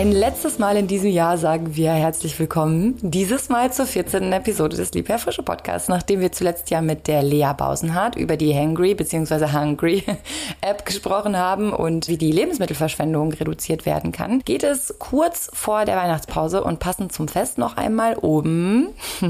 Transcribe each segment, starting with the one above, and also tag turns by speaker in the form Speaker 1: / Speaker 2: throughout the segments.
Speaker 1: Ein letztes Mal in diesem Jahr sagen wir herzlich willkommen. Dieses Mal zur 14. Episode des Liebherr Frische Podcasts. Nachdem wir zuletzt ja mit der Lea Bausenhardt über die Hangry bzw. Hungry App gesprochen haben und wie die Lebensmittelverschwendung reduziert werden kann, geht es kurz vor der Weihnachtspause und passend zum Fest noch einmal um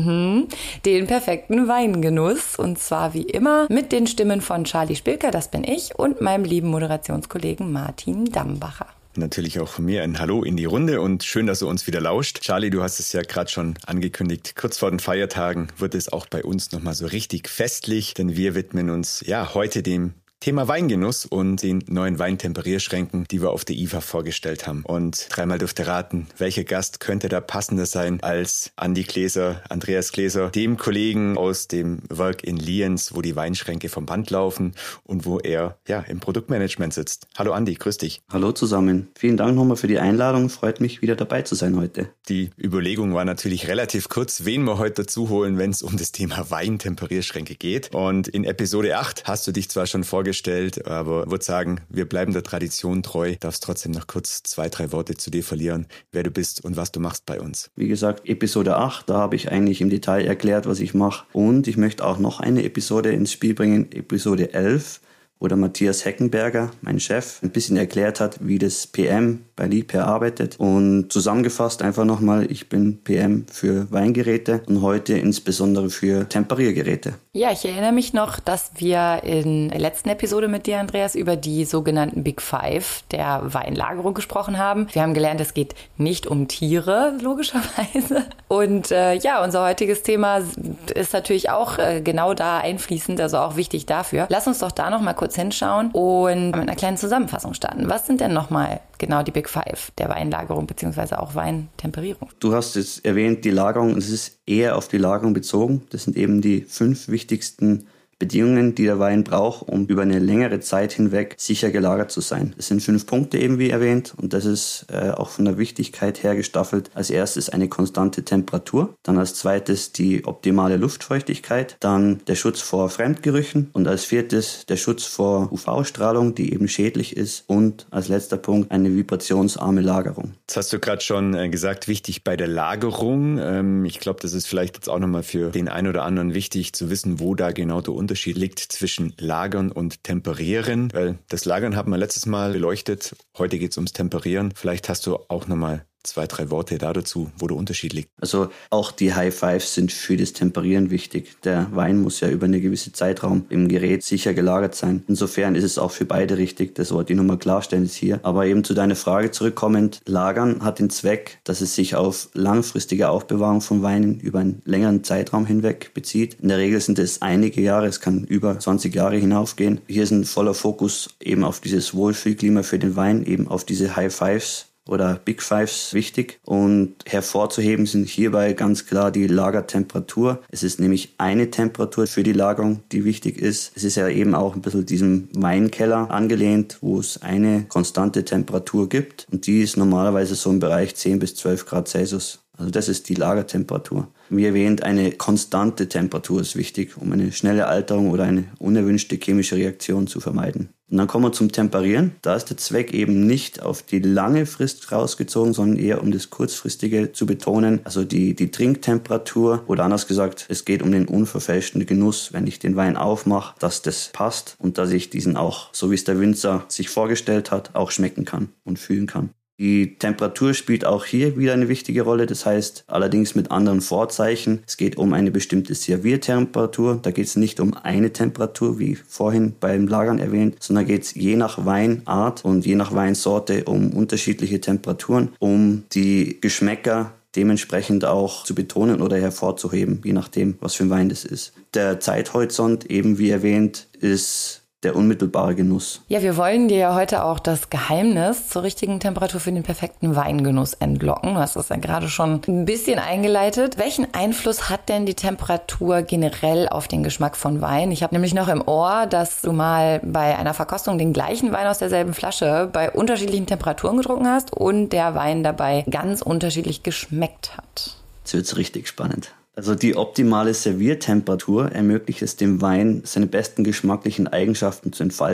Speaker 1: den perfekten Weingenuss. Und zwar wie immer mit den Stimmen von Charlie Spilker, das bin ich, und meinem lieben Moderationskollegen Martin Dambacher.
Speaker 2: Natürlich auch von mir ein Hallo in die Runde und schön, dass du uns wieder lauscht. Charlie, du hast es ja gerade schon angekündigt. Kurz vor den Feiertagen wird es auch bei uns nochmal so richtig festlich, denn wir widmen uns ja heute dem Thema Weingenuss und den neuen Weintemperierschränken, die wir auf der IFA vorgestellt haben. Und dreimal dürft ihr raten, welcher Gast könnte da passender sein als Andreas Gläser, dem Kollegen aus dem Werk in Lienz, wo die Weinschränke vom Band laufen und wo er ja im Produktmanagement sitzt. Hallo Andi, grüß dich.
Speaker 3: Hallo zusammen. Vielen Dank nochmal für die Einladung. Freut mich, wieder dabei zu sein heute.
Speaker 2: Die Überlegung war natürlich relativ kurz, wen wir heute dazu holen, wenn es um das Thema Weintemperierschränke geht. Und in Episode 8 hast du dich zwar schon vorgestellt, aber würde sagen, wir bleiben der Tradition treu. Darfst trotzdem noch kurz 2-3 Worte zu dir verlieren, wer du bist und was du machst bei uns.
Speaker 3: Wie gesagt, Episode 8, da habe ich eigentlich im Detail erklärt, was ich mache. Und ich möchte auch noch eine Episode ins Spiel bringen, Episode 11, wo der Matthias Heckenberger, mein Chef, ein bisschen erklärt hat, wie das PM bei Liebherr arbeitet. Und zusammengefasst einfach nochmal, ich bin PM für Weingeräte und heute insbesondere für Temperiergeräte.
Speaker 1: Ja, ich erinnere mich noch, dass wir in der letzten Episode mit dir, Andreas, über die sogenannten Big Five der Weinlagerung gesprochen haben. Wir haben gelernt, es geht nicht um Tiere, logischerweise. Und unser heutiges Thema ist natürlich auch genau da einfließend, also auch wichtig dafür. Lass uns doch da nochmal kurz hinschauen und mit einer kleinen Zusammenfassung starten. Was sind denn nochmal genau die Big Five der Weinlagerung bzw. auch Weintemperierung?
Speaker 3: Du hast es erwähnt, die Lagerung, es ist eher auf die Lagerung bezogen. Das sind eben die 5 wichtigsten Bedingungen, die der Wein braucht, um über eine längere Zeit hinweg sicher gelagert zu sein. Das sind 5 Punkte eben, wie erwähnt, und das ist auch von der Wichtigkeit her gestaffelt. Als erstes eine konstante Temperatur, dann als zweites die optimale Luftfeuchtigkeit, dann der Schutz vor Fremdgerüchen und als viertes der Schutz vor UV-Strahlung, die eben schädlich ist, und als letzter Punkt eine vibrationsarme Lagerung.
Speaker 2: Das hast du gerade schon gesagt, wichtig bei der Lagerung. Ich glaube, das ist vielleicht jetzt auch nochmal für den einen oder anderen wichtig zu wissen, wo da genau der Unterschied liegt zwischen Lagern und Temperieren, weil das Lagern haben wir letztes Mal beleuchtet, heute geht es ums Temperieren. Vielleicht hast du auch nochmal 2-3 Worte dazu, wo der Unterschied liegt.
Speaker 3: Also auch die High Fives sind für das Temperieren wichtig. Der Wein muss ja über einen gewissen Zeitraum im Gerät sicher gelagert sein. Insofern ist es auch für beide richtig, das wollte ich nochmal klarstellen jetzt hier. Aber eben zu deiner Frage zurückkommend, Lagern hat den Zweck, dass es sich auf langfristige Aufbewahrung von Weinen über einen längeren Zeitraum hinweg bezieht. In der Regel sind es einige Jahre, es kann über 20 Jahre hinaufgehen. Hier ist ein voller Fokus eben auf dieses Wohlfühlklima für den Wein, eben auf diese High Fives oder Big Fives wichtig, und hervorzuheben sind hierbei ganz klar die Lagertemperatur. Es ist nämlich eine Temperatur für die Lagerung, die wichtig ist. Es ist ja eben auch ein bisschen diesem Weinkeller angelehnt, wo es eine konstante Temperatur gibt, und die ist normalerweise so im Bereich 10 bis 12 Grad Celsius. Also das ist die Lagertemperatur. Wie erwähnt, eine konstante Temperatur ist wichtig, um eine schnelle Alterung oder eine unerwünschte chemische Reaktion zu vermeiden. Und dann kommen wir zum Temperieren. Da ist der Zweck eben nicht auf die lange Frist rausgezogen, sondern eher um das kurzfristige zu betonen. Also die Trinktemperatur, oder anders gesagt, es geht um den unverfälschten Genuss, wenn ich den Wein aufmache, dass das passt und dass ich diesen auch, so wie es der Winzer sich vorgestellt hat, auch schmecken kann und fühlen kann. Die Temperatur spielt auch hier wieder eine wichtige Rolle, das heißt allerdings mit anderen Vorzeichen. Es geht um eine bestimmte Serviertemperatur, da geht es nicht um eine Temperatur, wie vorhin beim Lagern erwähnt, sondern geht es je nach Weinart und je nach Weinsorte um unterschiedliche Temperaturen, um die Geschmäcker dementsprechend auch zu betonen oder hervorzuheben, je nachdem, was für ein Wein das ist. Der Zeithorizont, eben wie erwähnt, ist der unmittelbare Genuss.
Speaker 1: Ja, wir wollen dir ja heute auch das Geheimnis zur richtigen Temperatur für den perfekten Weingenuss entlocken. Du hast das ja gerade schon ein bisschen eingeleitet. Welchen Einfluss hat denn die Temperatur generell auf den Geschmack von Wein? Ich habe nämlich noch im Ohr, dass du mal bei einer Verkostung den gleichen Wein aus derselben Flasche bei unterschiedlichen Temperaturen getrunken hast und der Wein dabei ganz unterschiedlich geschmeckt hat.
Speaker 3: Jetzt wird's richtig spannend. Also die optimale Serviertemperatur ermöglicht es dem Wein, seine besten geschmacklichen Eigenschaften zu entfalten.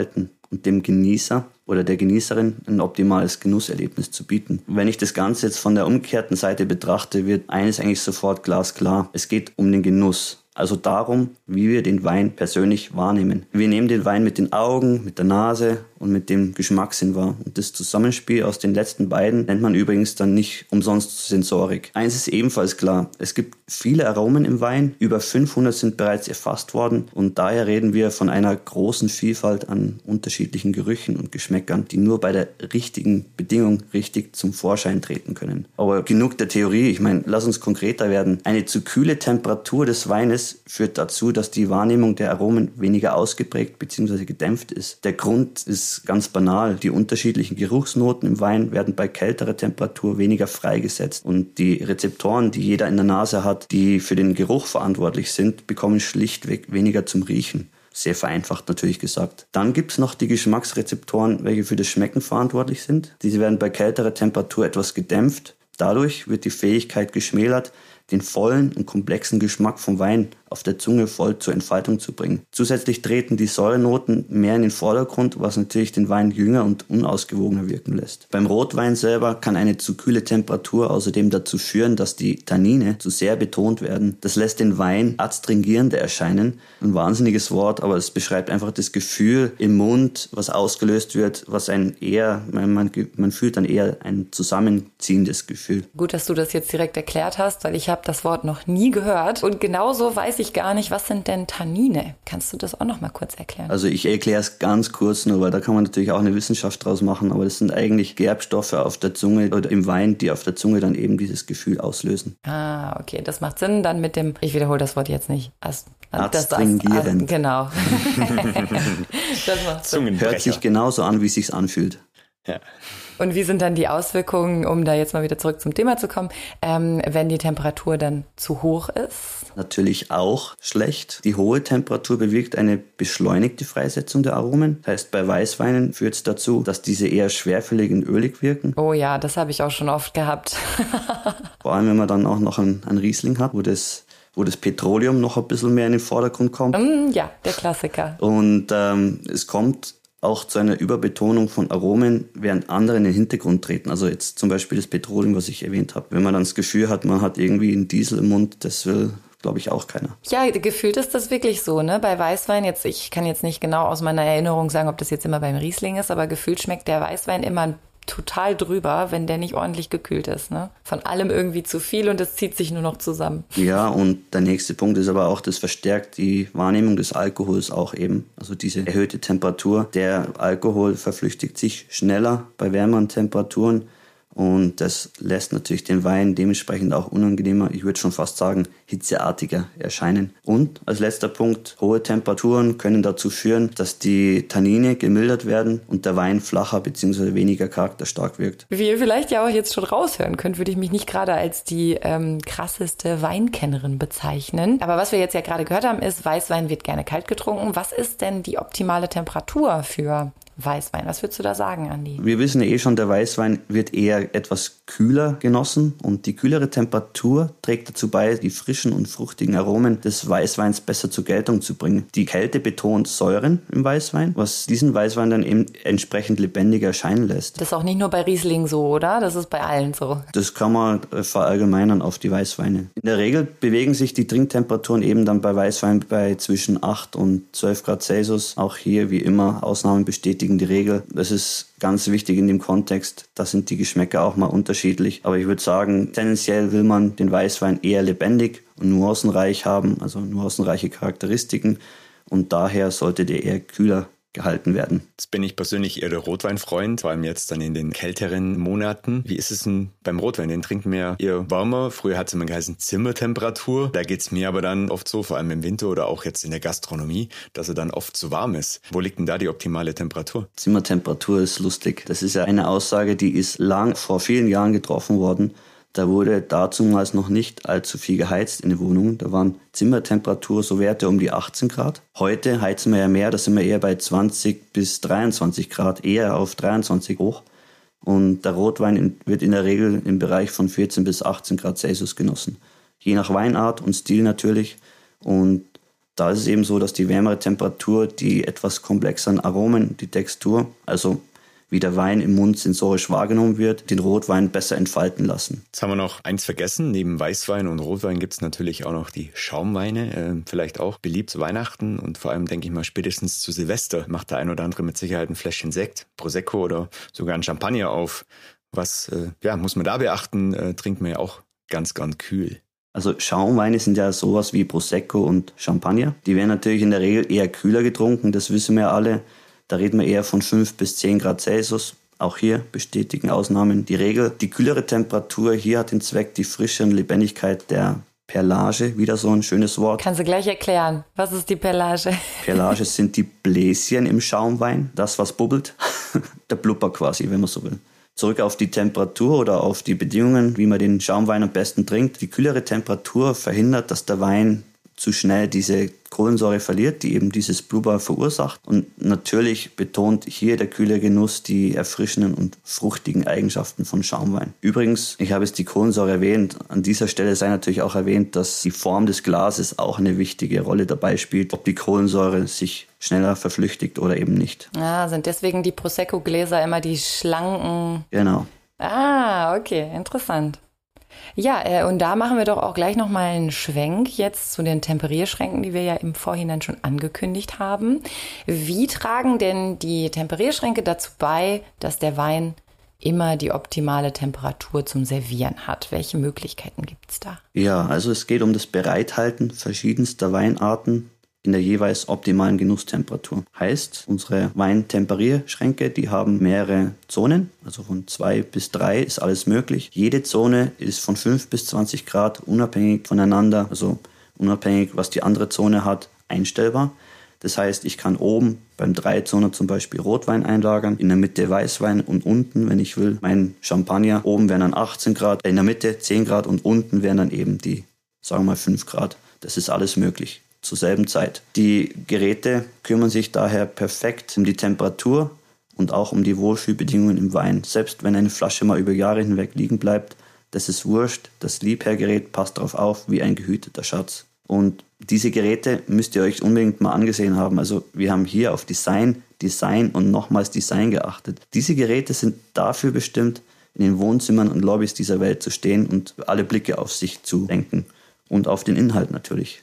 Speaker 3: und dem Genießer oder der Genießerin ein optimales Genusserlebnis zu bieten. Wenn ich das Ganze jetzt von der umgekehrten Seite betrachte, wird eines eigentlich sofort glasklar. Es geht um den Genuss. Also darum, wie wir den Wein persönlich wahrnehmen. Wir nehmen den Wein mit den Augen, mit der Nase und mit dem Geschmackssinn wahr. Und das Zusammenspiel aus den letzten beiden nennt man übrigens dann nicht umsonst Sensorik. Eins ist ebenfalls klar, es gibt viele Aromen im Wein, über 500 sind bereits erfasst worden und daher reden wir von einer großen Vielfalt an unterschiedlichen Gerüchen und Geschmäckern, die nur bei der richtigen Bedingung richtig zum Vorschein treten können. Aber genug der Theorie, ich meine, lass uns konkreter werden. Eine zu kühle Temperatur des Weines führt dazu, dass die Wahrnehmung der Aromen weniger ausgeprägt bzw. gedämpft ist. Der Grund ist ganz banal. Die unterschiedlichen Geruchsnoten im Wein werden bei kälterer Temperatur weniger freigesetzt und die Rezeptoren, die jeder in der Nase hat, die für den Geruch verantwortlich sind, bekommen schlichtweg weniger zum Riechen. Sehr vereinfacht natürlich gesagt. Dann gibt es noch die Geschmacksrezeptoren, welche für das Schmecken verantwortlich sind. Diese werden bei kälterer Temperatur etwas gedämpft. Dadurch wird die Fähigkeit geschmälert, den vollen und komplexen Geschmack vom Wein auf der Zunge voll zur Entfaltung zu bringen. Zusätzlich treten die Säurenoten mehr in den Vordergrund, was natürlich den Wein jünger und unausgewogener wirken lässt. Beim Rotwein selber kann eine zu kühle Temperatur außerdem dazu führen, dass die Tannine zu sehr betont werden. Das lässt den Wein adstringierender erscheinen. Ein wahnsinniges Wort, aber es beschreibt einfach das Gefühl im Mund, was ausgelöst wird, was man fühlt dann eher ein zusammenziehendes Gefühl.
Speaker 1: Gut, dass du das jetzt direkt erklärt hast, weil ich habe das Wort noch nie gehört und genauso weiß ich gar nicht, was sind denn Tannine? Kannst du das auch noch mal kurz erklären?
Speaker 3: Also ich erkläre es ganz kurz nur, weil da kann man natürlich auch eine Wissenschaft draus machen, aber das sind eigentlich Gerbstoffe auf der Zunge oder im Wein, die auf der Zunge dann eben dieses Gefühl auslösen.
Speaker 1: Ah, okay, das macht Sinn. Dann mit dem, ich wiederhole das Wort jetzt nicht.
Speaker 3: Adstringierend.
Speaker 1: Genau. Das macht Sinn.
Speaker 3: Hört sich genauso an, wie es sich anfühlt.
Speaker 2: Ja.
Speaker 1: Und wie sind dann die Auswirkungen, um da jetzt mal wieder zurück zum Thema zu kommen, wenn die Temperatur dann zu hoch ist?
Speaker 3: Natürlich auch schlecht. Die hohe Temperatur bewirkt eine beschleunigte Freisetzung der Aromen. Das heißt, bei Weißweinen führt es dazu, dass diese eher schwerfällig und ölig wirken.
Speaker 1: Oh ja, das habe ich auch schon oft gehabt.
Speaker 3: Vor allem, wenn man dann auch noch einen Riesling hat, wo das Petroleum noch ein bisschen mehr in den Vordergrund kommt.
Speaker 1: Ja, der Klassiker.
Speaker 3: Und es kommt auch zu einer Überbetonung von Aromen, während andere in den Hintergrund treten. Also jetzt zum Beispiel das Petroleum, was ich erwähnt habe. Wenn man dann das Gefühl hat, man hat irgendwie einen Diesel im Mund, das will, glaube ich, auch keiner. Ja,
Speaker 1: gefühlt ist das wirklich so, ne? Bei Weißwein, ich kann jetzt nicht genau aus meiner Erinnerung sagen, ob das jetzt immer beim Riesling ist, aber gefühlt schmeckt der Weißwein immer total drüber, wenn der nicht ordentlich gekühlt ist, ne? Von allem irgendwie zu viel und es zieht sich nur noch zusammen.
Speaker 3: Ja, und der nächste Punkt ist aber auch, das verstärkt die Wahrnehmung des Alkohols auch eben. Also diese erhöhte Temperatur. Der Alkohol verflüchtigt sich schneller bei wärmeren Temperaturen und das lässt natürlich den Wein dementsprechend auch unangenehmer, ich würde schon fast sagen, hitzeartiger erscheinen. Und als letzter Punkt, hohe Temperaturen können dazu führen, dass die Tannine gemildert werden und der Wein flacher bzw. weniger charakterstark wirkt.
Speaker 1: Wie ihr vielleicht ja auch jetzt schon raushören könnt, würde ich mich nicht gerade als die krasseste Weinkennerin bezeichnen. Aber was wir jetzt ja gerade gehört haben, ist, Weißwein wird gerne kalt getrunken. Was ist denn die optimale Temperatur für Weißwein? Was würdest du da sagen, Andi?
Speaker 3: Wir wissen ja schon, der Weißwein wird eher etwas kühler genossen und die kühlere Temperatur trägt dazu bei, die frischen und fruchtigen Aromen des Weißweins besser zur Geltung zu bringen. Die Kälte betont Säuren im Weißwein, was diesen Weißwein dann eben entsprechend lebendiger erscheinen lässt.
Speaker 1: Das ist auch nicht nur bei Riesling so, oder? Das ist bei allen so.
Speaker 3: Das kann man verallgemeinern auf die Weißweine. In der Regel bewegen sich die Trinktemperaturen eben dann bei Weißwein bei zwischen 8 und 12 Grad Celsius. Auch hier wie immer Ausnahmen bestätigen die Regel. Das ist ganz wichtig in dem Kontext. Da sind die Geschmäcker auch mal unterschiedlich. Aber ich würde sagen, tendenziell will man den Weißwein eher lebendig und nuancenreich haben, also nuancenreiche Charakteristiken. Und daher sollte der eher kühler gehalten werden.
Speaker 2: Jetzt bin ich persönlich eher der Rotweinfreund, vor allem jetzt dann in den kälteren Monaten. Wie ist es denn beim Rotwein? Den trinken wir eher warmer. Früher hat es immer geheißen Zimmertemperatur. Da geht es mir aber dann oft so, vor allem im Winter oder auch jetzt in der Gastronomie, dass er dann oft zu warm ist. Wo liegt denn da die optimale Temperatur?
Speaker 3: Zimmertemperatur ist lustig. Das ist ja eine Aussage, die ist vor vielen Jahren getroffen worden. Da wurde dazumals noch nicht allzu viel geheizt in den Wohnungen. Da waren Zimmertemperatur so Werte um die 18 Grad. Heute heizen wir ja mehr, da sind wir eher bei 20 bis 23 Grad, eher auf 23 hoch. Und der Rotwein wird in der Regel im Bereich von 14 bis 18 Grad Celsius genossen. Je nach Weinart und Stil natürlich. Und Da ist es eben so, dass die wärmere Temperatur die etwas komplexeren Aromen, die Textur, also wie der Wein im Mund sensorisch wahrgenommen wird, den Rotwein besser entfalten lassen.
Speaker 2: Jetzt haben wir noch eins vergessen. Neben Weißwein und Rotwein gibt es natürlich auch noch die Schaumweine. Vielleicht auch beliebt zu Weihnachten und vor allem, denke ich mal, spätestens zu Silvester macht der ein oder andere mit Sicherheit ein Fläschchen Sekt, Prosecco oder sogar ein Champagner auf. Was muss man da beachten? Trinkt man ja auch ganz, ganz kühl.
Speaker 3: Also Schaumweine sind ja sowas wie Prosecco und Champagner. Die werden natürlich in der Regel eher kühler getrunken, das wissen wir alle. Da reden wir eher von 5 bis 10 Grad Celsius. Auch hier bestätigen Ausnahmen die Regel. Die kühlere Temperatur hier hat den Zweck, die Frische und Lebendigkeit der Perlage, wieder so ein schönes Wort.
Speaker 1: Kannst du gleich erklären, was ist die Perlage?
Speaker 3: Perlage sind die Bläschen im Schaumwein, das was bubbelt. Der Blubber quasi, wenn man so will. Zurück auf die Temperatur oder auf die Bedingungen, wie man den Schaumwein am besten trinkt. Die kühlere Temperatur verhindert, dass der Wein zu schnell diese Kohlensäure verliert, die eben dieses Blubber verursacht. Und natürlich betont hier der kühle Genuss die erfrischenden und fruchtigen Eigenschaften von Schaumwein. Übrigens, ich habe jetzt die Kohlensäure erwähnt, an dieser Stelle sei natürlich auch erwähnt, dass die Form des Glases auch eine wichtige Rolle dabei spielt, ob die Kohlensäure sich schneller verflüchtigt oder eben nicht.
Speaker 1: Ah, sind deswegen die Prosecco-Gläser immer die schlanken?
Speaker 3: Genau.
Speaker 1: Ah, okay, interessant. Ja, und da machen wir doch auch gleich nochmal einen Schwenk jetzt zu den Temperierschränken, die wir ja im Vorhinein schon angekündigt haben. Wie tragen denn die Temperierschränke dazu bei, dass der Wein immer die optimale Temperatur zum Servieren hat? Welche Möglichkeiten gibt es da?
Speaker 3: Ja, also es geht um das Bereithalten verschiedenster Weinarten in der jeweils optimalen Genusstemperatur. Heißt, unsere Weintemperierschränke, die haben mehrere Zonen, also von 2 bis 3 ist alles möglich. Jede Zone ist von 5 bis 20 Grad unabhängig voneinander, also unabhängig, was die andere Zone hat, einstellbar. Das heißt, ich kann oben beim 3-Zoner zum Beispiel Rotwein einlagern, in der Mitte Weißwein und unten, wenn ich will, mein Champagner. Oben wären dann 18 Grad, in der Mitte 10 Grad und unten wären dann eben die, sagen wir mal, 5 Grad. Das ist alles möglich zur selben Zeit. Die Geräte kümmern sich daher perfekt um die Temperatur und auch um die Wohlfühlbedingungen im Wein. Selbst wenn eine Flasche mal über Jahre hinweg liegen bleibt, das ist wurscht. Das Liebherrgerät passt darauf auf wie ein gehüteter Schatz. Und diese Geräte müsst ihr euch unbedingt mal angesehen haben. Also wir haben hier auf Design und nochmals Design geachtet. Diese Geräte sind dafür bestimmt, in den Wohnzimmern und Lobbys dieser Welt zu stehen und alle Blicke auf sich zu lenken. Und auf den Inhalt natürlich.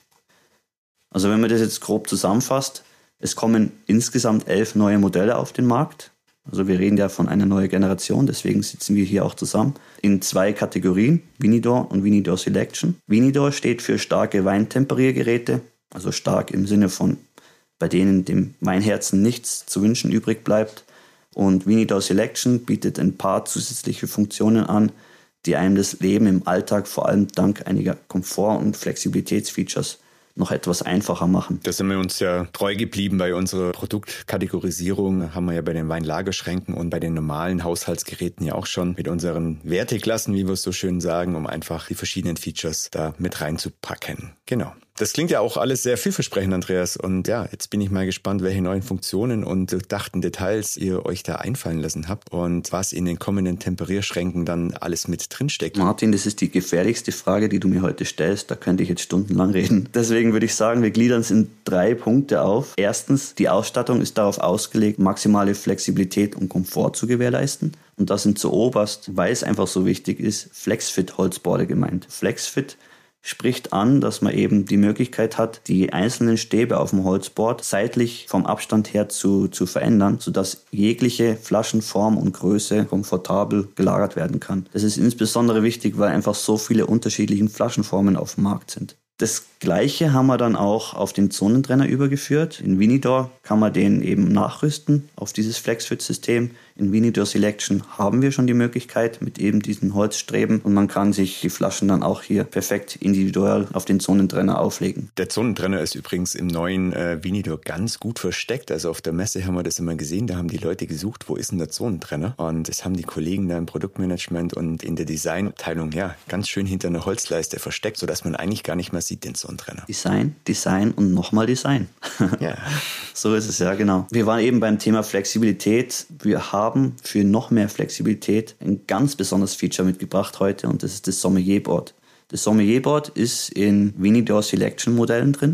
Speaker 3: Also wenn man das jetzt grob zusammenfasst, es kommen insgesamt 11 neue Modelle auf den Markt. Also wir reden ja von einer neuen Generation, deswegen sitzen wir hier auch zusammen. In 2 Kategorien, Vinidor und Vinidor Selection. Vinidor steht für starke Weintemperiergeräte, also stark im Sinne von, bei denen dem Weinherzen nichts zu wünschen übrig bleibt. Und Vinidor Selection bietet ein paar zusätzliche Funktionen an, die einem das Leben im Alltag vor allem dank einiger Komfort- und Flexibilitätsfeatures noch etwas einfacher machen.
Speaker 2: Da sind wir uns ja treu geblieben bei unserer Produktkategorisierung. Haben wir ja bei den Weinlagerschränken und bei den normalen Haushaltsgeräten ja auch schon mit unseren Werteklassen, wie wir es so schön sagen, um einfach die verschiedenen Features da mit reinzupacken. Genau. Das klingt ja auch alles sehr vielversprechend, Andreas. Und ja, jetzt bin ich mal gespannt, welche neuen Funktionen und durchdachten Details ihr euch da einfallen lassen habt und was in den kommenden Temperierschränken dann alles mit drinsteckt.
Speaker 3: Martin, das ist die gefährlichste Frage, die du mir heute stellst. Da könnte ich jetzt stundenlang reden. Deswegen würde ich sagen, wir gliedern es in 3 Punkte auf. Erstens, die Ausstattung ist darauf ausgelegt, maximale Flexibilität und Komfort zu gewährleisten. Und das sind zuoberst, weil es einfach so wichtig ist, Flexfit-Holzborde gemeint. Flexfit spricht an, dass man eben die Möglichkeit hat, die einzelnen Stäbe auf dem Holzboard seitlich vom Abstand her zu verändern, sodass jegliche Flaschenform und Größe komfortabel gelagert werden kann. Das ist insbesondere wichtig, weil einfach so viele unterschiedliche Flaschenformen auf dem Markt sind. Das Gleiche haben wir dann auch auf den Zonentrenner übergeführt. In Vinidor kann man den eben nachrüsten auf dieses Flexfit-System. In Vinidor Selection haben wir schon die Möglichkeit mit eben diesen Holzstreben und man kann sich die Flaschen dann auch hier perfekt individuell auf den Zonentrenner auflegen.
Speaker 2: Der Zonentrenner ist übrigens im neuen Vinidor ganz gut versteckt. Also auf der Messe haben wir das immer gesehen, da haben die Leute gesucht, wo ist denn der Zonentrenner? Und das haben die Kollegen da im Produktmanagement und in der Designabteilung ja ganz schön hinter einer Holzleiste versteckt, sodass man eigentlich gar nicht mehr sieht den Zonentrenner.
Speaker 3: Design und nochmal Design.
Speaker 2: Ja.
Speaker 3: So ist es, ja, genau. Wir waren eben beim Thema Flexibilität. Wir haben für noch mehr Flexibilität ein ganz besonderes Feature mitgebracht heute und das ist das Sommelierboard. Das Sommelierboard ist in Vinidor Selection Modellen drin.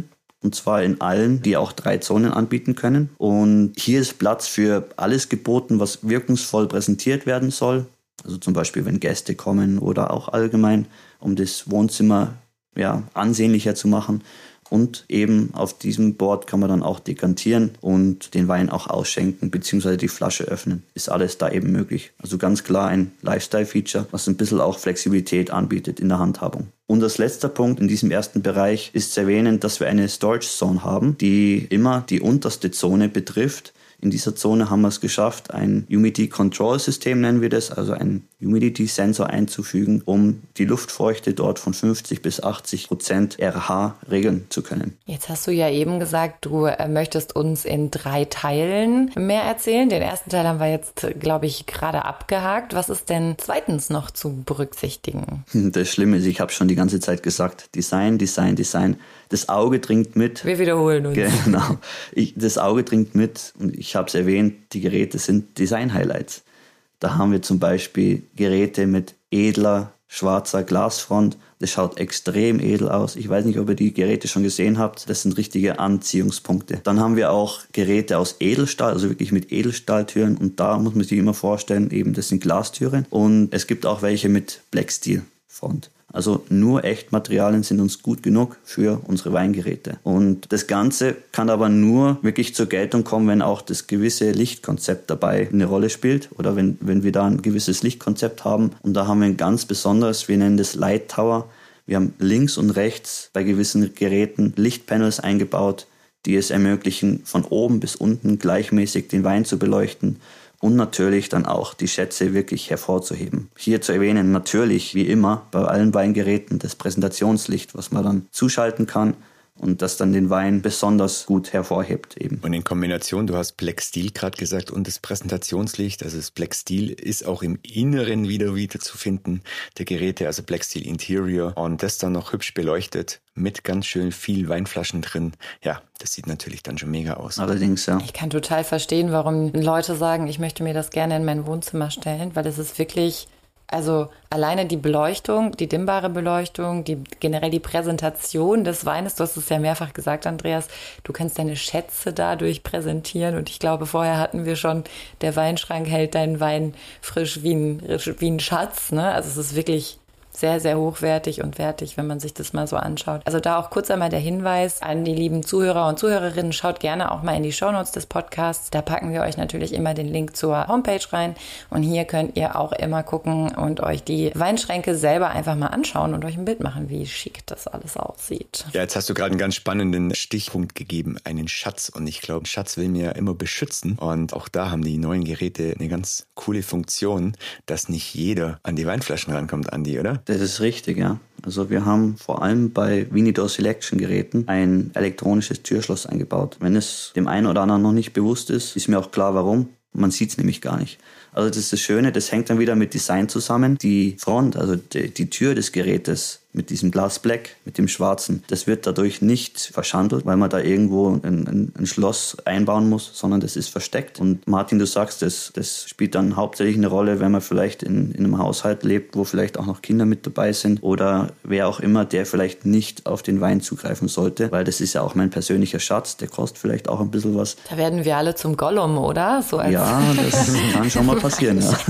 Speaker 3: Und zwar in allen, die auch 3 Zonen anbieten können. Und hier ist Platz für alles geboten, was wirkungsvoll präsentiert werden soll. Also zum Beispiel, wenn Gäste kommen oder auch allgemein, um das Wohnzimmer ansehnlicher zu machen. Und eben auf diesem Board kann man dann auch dekantieren und den Wein auch ausschenken bzw. die Flasche öffnen. Ist alles da eben möglich. Also ganz klar ein Lifestyle-Feature, was ein bisschen auch Flexibilität anbietet in der Handhabung. Und als letzter Punkt in diesem ersten Bereich ist zu erwähnen, dass wir eine Storage Zone haben, die immer die unterste Zone betrifft. In dieser Zone haben wir es geschafft, ein Humidity Control System nennen wir das, also einen Humidity Sensor einzufügen, um die Luftfeuchte dort von 50 bis 80% RH regeln zu können.
Speaker 1: Jetzt hast du ja eben gesagt, du möchtest uns in 3 Teilen mehr erzählen. Den ersten Teil haben wir jetzt, glaube ich, gerade abgehakt. Was ist denn zweitens noch zu berücksichtigen?
Speaker 3: Das Schlimme ist, ich habe schon die ganze Zeit gesagt, Design, Design, Design. Das Auge dringt mit.
Speaker 1: Wir wiederholen uns.
Speaker 3: Genau. Das Auge dringt mit und ich habe es erwähnt, die Geräte sind Design-Highlights. Da haben wir zum Beispiel Geräte mit edler, schwarzer Glasfront. Das schaut extrem edel aus. Ich weiß nicht, ob ihr die Geräte schon gesehen habt. Das sind richtige Anziehungspunkte. Dann haben wir auch Geräte aus Edelstahl, also wirklich mit Edelstahltüren. Und da muss man sich immer vorstellen, eben das sind Glastüren. Und es gibt auch welche mit Black Steel Front. Also nur Echtmaterialien sind uns gut genug für unsere Weingeräte. Und das Ganze kann aber nur wirklich zur Geltung kommen, wenn auch das gewisse Lichtkonzept dabei eine Rolle spielt oder wenn wir da ein gewisses Lichtkonzept haben. Und da haben wir ein ganz besonderes, wir nennen das Light Tower. Wir haben links und rechts bei gewissen Geräten Lichtpanels eingebaut, die es ermöglichen, von oben bis unten gleichmäßig den Wein zu beleuchten. Und natürlich dann auch die Schätze wirklich hervorzuheben. Hier zu erwähnen, natürlich, wie immer, bei allen Weingeräten das Präsentationslicht, was man dann zuschalten kann und das dann den Wein besonders gut hervorhebt eben.
Speaker 2: Und in Kombination, du hast Black Steel gerade gesagt und das Präsentationslicht, also das Black Steel ist auch im Inneren wieder zu finden, der Geräte, also Black Steel Interior und das dann noch hübsch beleuchtet mit ganz schön viel Weinflaschen drin. Ja, das sieht natürlich dann schon mega aus.
Speaker 3: Allerdings, ja.
Speaker 1: Ich kann total verstehen, warum Leute sagen, ich möchte mir das gerne in mein Wohnzimmer stellen, weil es ist wirklich, also alleine die Beleuchtung, die dimmbare Beleuchtung, generell die Präsentation des Weines, du hast es ja mehrfach gesagt, Andreas, du kannst deine Schätze dadurch präsentieren und ich glaube, vorher hatten wir schon, der Weinschrank hält deinen Wein frisch wie ein Schatz, ne? Also es ist wirklich sehr, sehr hochwertig und wertig, wenn man sich das mal so anschaut. Also da auch kurz einmal der Hinweis an die lieben Zuhörer und Zuhörerinnen, schaut gerne auch mal in die Shownotes des Podcasts. Da packen wir euch natürlich immer den Link zur Homepage rein und hier könnt ihr auch immer gucken und euch die Weinschränke selber einfach mal anschauen und euch ein Bild machen, wie schick das alles aussieht.
Speaker 2: Ja, jetzt hast du gerade einen ganz spannenden Stichpunkt gegeben, einen Schatz. Und ich glaube, Schatz will mir ja immer beschützen. Und auch da haben die neuen Geräte eine ganz coole Funktion, dass nicht jeder an die Weinflaschen rankommt, Andi, oder?
Speaker 3: Das ist richtig, ja. Also wir haben vor allem bei Vinidor Selection Geräten ein elektronisches Türschloss eingebaut. Wenn es dem einen oder anderen noch nicht bewusst ist, ist mir auch klar, warum. Man sieht es nämlich gar nicht. Also das ist das Schöne, das hängt dann wieder mit Design zusammen. Die Front, also die Tür des Gerätes mit diesem Glas Black, mit dem Schwarzen, das wird dadurch nicht verschandelt, weil man da irgendwo ein Schloss einbauen muss, sondern das ist versteckt. Und Martin, du sagst, das spielt dann hauptsächlich eine Rolle, wenn man vielleicht in einem Haushalt lebt, wo vielleicht auch noch Kinder mit dabei sind oder wer auch immer, der vielleicht nicht auf den Wein zugreifen sollte, weil das ist ja auch mein persönlicher Schatz, der kostet vielleicht auch ein bisschen was.
Speaker 1: Da werden wir alle zum Gollum, oder? So als
Speaker 3: ja, das kann schon mal passieren, ja.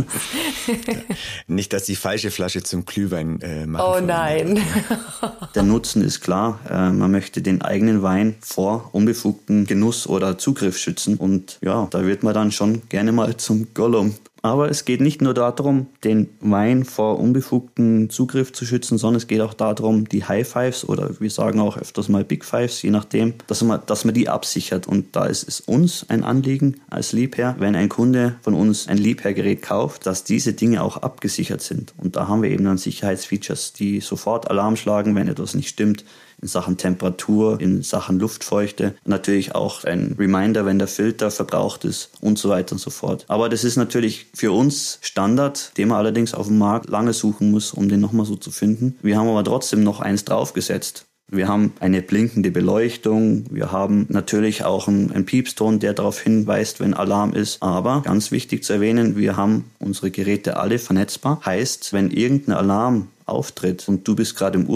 Speaker 2: Nicht, dass die falsche Flasche zum Glühwein machen.
Speaker 1: Oh nein.
Speaker 3: Der Nutzen ist klar, man möchte den eigenen Wein vor unbefugten Genuss oder Zugriff schützen und ja, da wird man dann schon gerne mal zum Gollum. Aber es geht nicht nur darum, den Wein vor unbefugten Zugriff zu schützen, sondern es geht auch darum, die High Fives oder wir sagen auch öfters mal Big Fives, je nachdem, dass man die absichert. Und da ist es uns ein Anliegen als Liebherr, wenn ein Kunde von uns ein Liebherrgerät kauft, dass diese Dinge auch abgesichert sind. Und da haben wir eben dann Sicherheitsfeatures, die sofort Alarm schlagen, wenn etwas nicht stimmt. In Sachen Temperatur, in Sachen Luftfeuchte. Natürlich auch ein Reminder, wenn der Filter verbraucht ist und so weiter und so fort. Aber das ist natürlich für uns Standard, den man allerdings auf dem Markt lange suchen muss, um den nochmal so zu finden. Wir haben aber trotzdem noch eins draufgesetzt. Wir haben eine blinkende Beleuchtung, wir haben natürlich auch einen Piepston, der darauf hinweist, wenn Alarm ist. Aber ganz wichtig zu erwähnen, wir haben unsere Geräte alle vernetzbar. Heißt, wenn irgendein Alarm auftritt und du bist gerade im Urlaub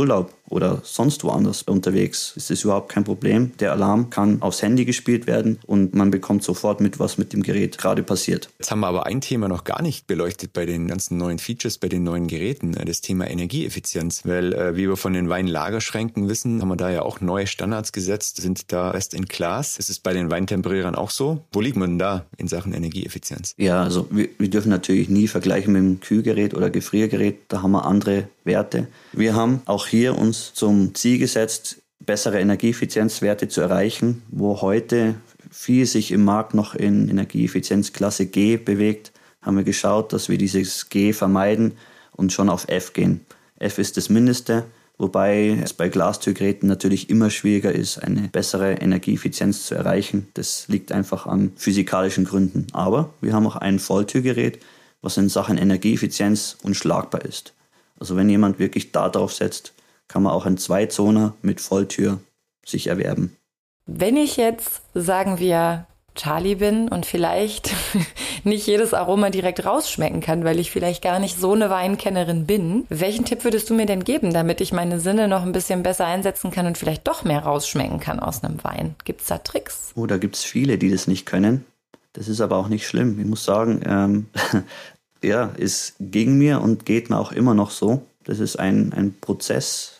Speaker 3: oder sonst woanders unterwegs, ist es überhaupt kein Problem. Der Alarm kann aufs Handy gespielt werden und man bekommt sofort mit, was mit dem Gerät gerade passiert.
Speaker 2: Jetzt haben wir aber ein Thema noch gar nicht beleuchtet bei den ganzen neuen Features, bei den neuen Geräten, das Thema Energieeffizienz. Weil, wie wir von den Weinlagerschränken wissen, haben wir da ja auch neue Standards gesetzt, sind da best in class. Ist es bei den Weintemperierern auch so? Wo liegt man denn da in Sachen Energieeffizienz?
Speaker 3: Ja, also wir dürfen natürlich nie vergleichen mit einem Kühlgerät oder Gefriergerät. Da haben wir andere Werte. Wir haben auch hier uns zum Ziel gesetzt, bessere Energieeffizienzwerte zu erreichen, wo heute viel sich im Markt noch in Energieeffizienzklasse G bewegt, haben wir geschaut, dass wir dieses G vermeiden und schon auf F gehen. F ist das Mindeste, wobei es bei Glastürgeräten natürlich immer schwieriger ist, eine bessere Energieeffizienz zu erreichen. Das liegt einfach an physikalischen Gründen. Aber wir haben auch ein Volltürgerät, was in Sachen Energieeffizienz unschlagbar ist. Also wenn jemand wirklich darauf setzt, kann man auch einen Zweizoner mit Volltür sich erwerben.
Speaker 1: Wenn ich jetzt, sagen wir, Charlie bin und vielleicht nicht jedes Aroma direkt rausschmecken kann, weil ich vielleicht gar nicht so eine Weinkennerin bin, welchen Tipp würdest du mir denn geben, damit ich meine Sinne noch ein bisschen besser einsetzen kann und vielleicht doch mehr rausschmecken kann aus einem Wein? Gibt es da Tricks?
Speaker 3: Oh, da gibt es viele, die das nicht können. Das ist aber auch nicht schlimm. Ich muss sagen, ja, es ging mir und geht mir auch immer noch so. Das ist ein Prozess,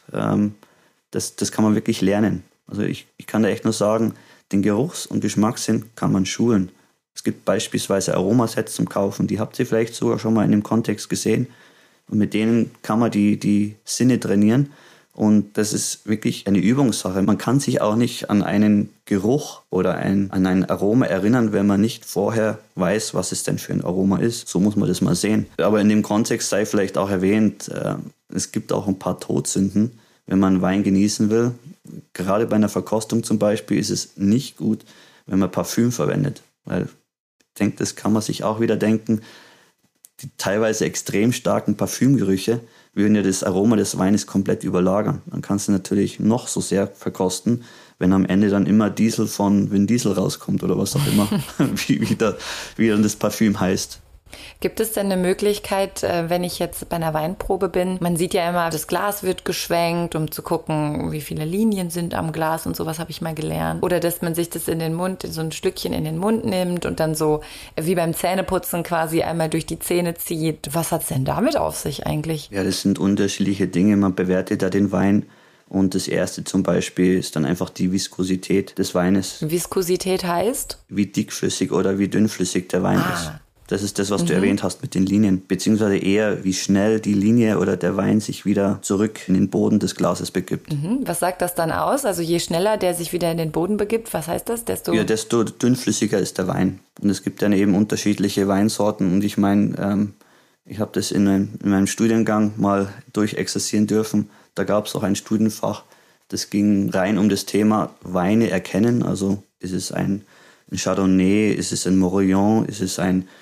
Speaker 3: das kann man wirklich lernen. Also ich kann da echt nur sagen, den Geruchs- und Geschmackssinn kann man schulen. Es gibt beispielsweise Aromasets zum Kaufen, die habt ihr vielleicht sogar schon mal in dem Kontext gesehen. Und mit denen kann man die Sinne trainieren. Und das ist wirklich eine Übungssache. Man kann sich auch nicht an einen Geruch oder an ein Aroma erinnern, wenn man nicht vorher weiß, was es denn für ein Aroma ist. So muss man das mal sehen. Aber in dem Kontext sei vielleicht auch erwähnt, es gibt auch ein paar Todsünden, wenn man Wein genießen will. Gerade bei einer Verkostung zum Beispiel ist es nicht gut, wenn man Parfüm verwendet. Weil ich denke, das kann man sich auch wieder denken, die teilweise extrem starken Parfümgerüche würden ja das Aroma des Weines komplett überlagern. Dann kannst du natürlich noch so sehr verkosten, wenn am Ende dann immer Diesel von Vin Diesel rauskommt oder was auch immer, wie dann das Parfüm heißt.
Speaker 1: Gibt es denn eine Möglichkeit, wenn ich jetzt bei einer Weinprobe bin, man sieht ja immer, das Glas wird geschwenkt, um zu gucken, wie viele Linien sind am Glas und sowas habe ich mal gelernt. Oder dass man sich das in den Mund, so ein Stückchen in den Mund nimmt und dann so wie beim Zähneputzen quasi einmal durch die Zähne zieht. Was hat es denn damit auf sich eigentlich?
Speaker 3: Ja, das sind unterschiedliche Dinge. Man bewertet da den Wein. Und das erste zum Beispiel ist dann einfach die Viskosität des Weines.
Speaker 1: Viskosität heißt?
Speaker 3: Wie dickflüssig oder wie dünnflüssig der Wein ist. Das ist das, was du erwähnt hast mit den Linien, beziehungsweise eher, wie schnell die Linie oder der Wein sich wieder zurück in den Boden des Glases begibt.
Speaker 1: Was sagt das dann aus? Also je schneller der sich wieder in den Boden begibt, was heißt das?
Speaker 3: Desto dünnflüssiger ist der Wein. Und es gibt dann eben unterschiedliche Weinsorten. Und ich meine, ich habe das in meinem Studiengang mal durchexerzieren dürfen. Da gab es auch ein Studienfach, das ging rein um das Thema Weine erkennen. Also ist es ein Chardonnay, ist es ein Morillon, ist es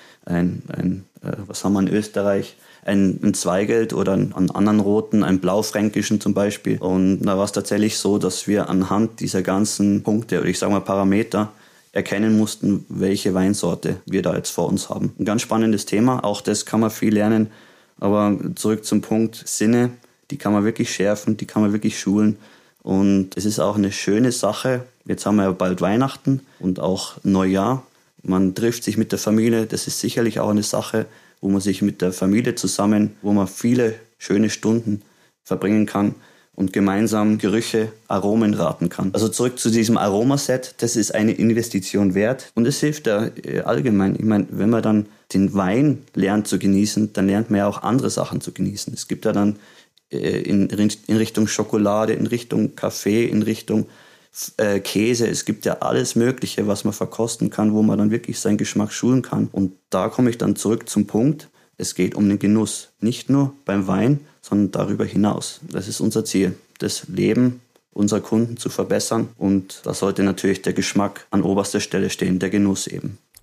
Speaker 3: was haben wir in Österreich, ein Zweigelt oder einen anderen Roten, einen Blaufränkischen zum Beispiel. Und da war es tatsächlich so, dass wir anhand dieser ganzen Punkte, oder ich sage mal Parameter, erkennen mussten, welche Weinsorte wir da jetzt vor uns haben. Ein ganz spannendes Thema, auch das kann man viel lernen. Aber zurück zum Punkt Sinne, die kann man wirklich schärfen, die kann man wirklich schulen. Und es ist auch eine schöne Sache. Jetzt haben wir ja bald Weihnachten und auch Neujahr. Man trifft sich mit der Familie, das ist sicherlich auch eine Sache, wo man sich mit der Familie zusammen, wo man viele schöne Stunden verbringen kann und gemeinsam Gerüche, Aromen raten kann. Also zurück zu diesem Aromaset, das ist eine Investition wert und es hilft da allgemein. Ich meine, wenn man dann den Wein lernt zu genießen, dann lernt man ja auch andere Sachen zu genießen. Es gibt ja dann in Richtung Schokolade, in Richtung Kaffee, in Richtung Käse, es gibt ja alles Mögliche, was man verkosten kann, wo man dann wirklich seinen Geschmack schulen kann. Und da komme ich dann zurück zum Punkt, es geht um den Genuss. Nicht nur beim Wein, sondern darüber hinaus. Das ist unser Ziel, das Leben unserer Kunden zu verbessern. Und da sollte natürlich der Geschmack an oberster Stelle stehen, der Genuss eben.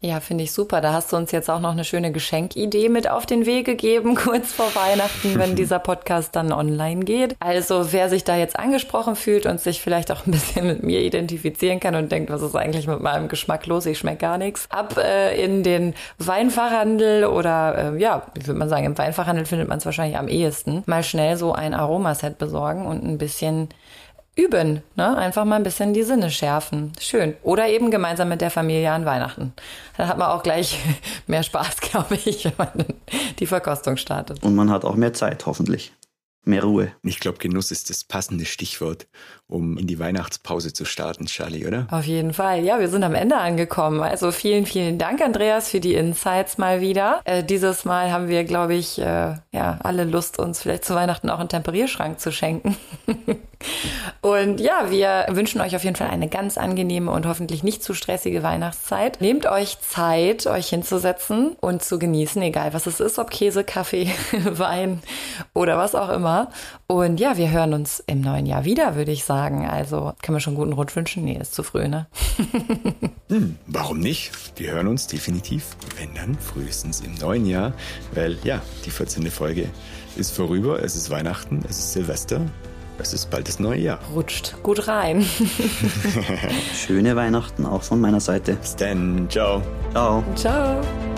Speaker 1: Ja, finde ich super. Da hast du uns jetzt auch noch eine schöne Geschenkidee mit auf den Weg gegeben, kurz vor Weihnachten, wenn dieser Podcast dann online geht. Also wer sich da jetzt angesprochen fühlt und sich vielleicht auch ein bisschen mit mir identifizieren kann und denkt, was ist eigentlich mit meinem Geschmack los? Ich schmecke gar nichts. Ab in den Weinfachhandel oder wie würde man sagen, im Weinfachhandel findet man es wahrscheinlich am ehesten. Mal schnell so ein Aromaset besorgen und ein bisschen üben, ne? Einfach mal ein bisschen die Sinne schärfen. Schön. Oder eben gemeinsam mit der Familie an Weihnachten. Dann hat man auch gleich mehr Spaß, glaube ich, wenn man die Verkostung startet.
Speaker 3: Und man hat auch mehr Zeit, hoffentlich. Mehr Ruhe.
Speaker 2: Ich glaube, Genuss ist das passende Stichwort, um in die Weihnachtspause zu starten, Charlie, oder?
Speaker 1: Auf jeden Fall. Ja, wir sind am Ende angekommen. Also vielen, vielen Dank, Andreas, für die Insights mal wieder. Dieses Mal haben wir, glaube ich, alle Lust, uns vielleicht zu Weihnachten auch einen Temperierschrank zu schenken. Und ja, wir wünschen euch auf jeden Fall eine ganz angenehme und hoffentlich nicht zu stressige Weihnachtszeit. Nehmt euch Zeit, euch hinzusetzen und zu genießen, egal was es ist, ob Käse, Kaffee, Wein oder was auch immer. Und ja, wir hören uns im neuen Jahr wieder, würde ich sagen. Also, kann man schon einen guten Rutsch wünschen? Nee, ist zu früh, ne?
Speaker 2: Warum nicht? Wir hören uns definitiv, wenn dann frühestens im neuen Jahr. Weil ja, die 14. Folge ist vorüber, es ist Weihnachten, es ist Silvester. Es ist bald das neue Jahr.
Speaker 1: Rutscht gut rein.
Speaker 3: Schöne Weihnachten auch von meiner Seite.
Speaker 2: Bis dann. Ciao.
Speaker 3: Ciao.
Speaker 1: Ciao.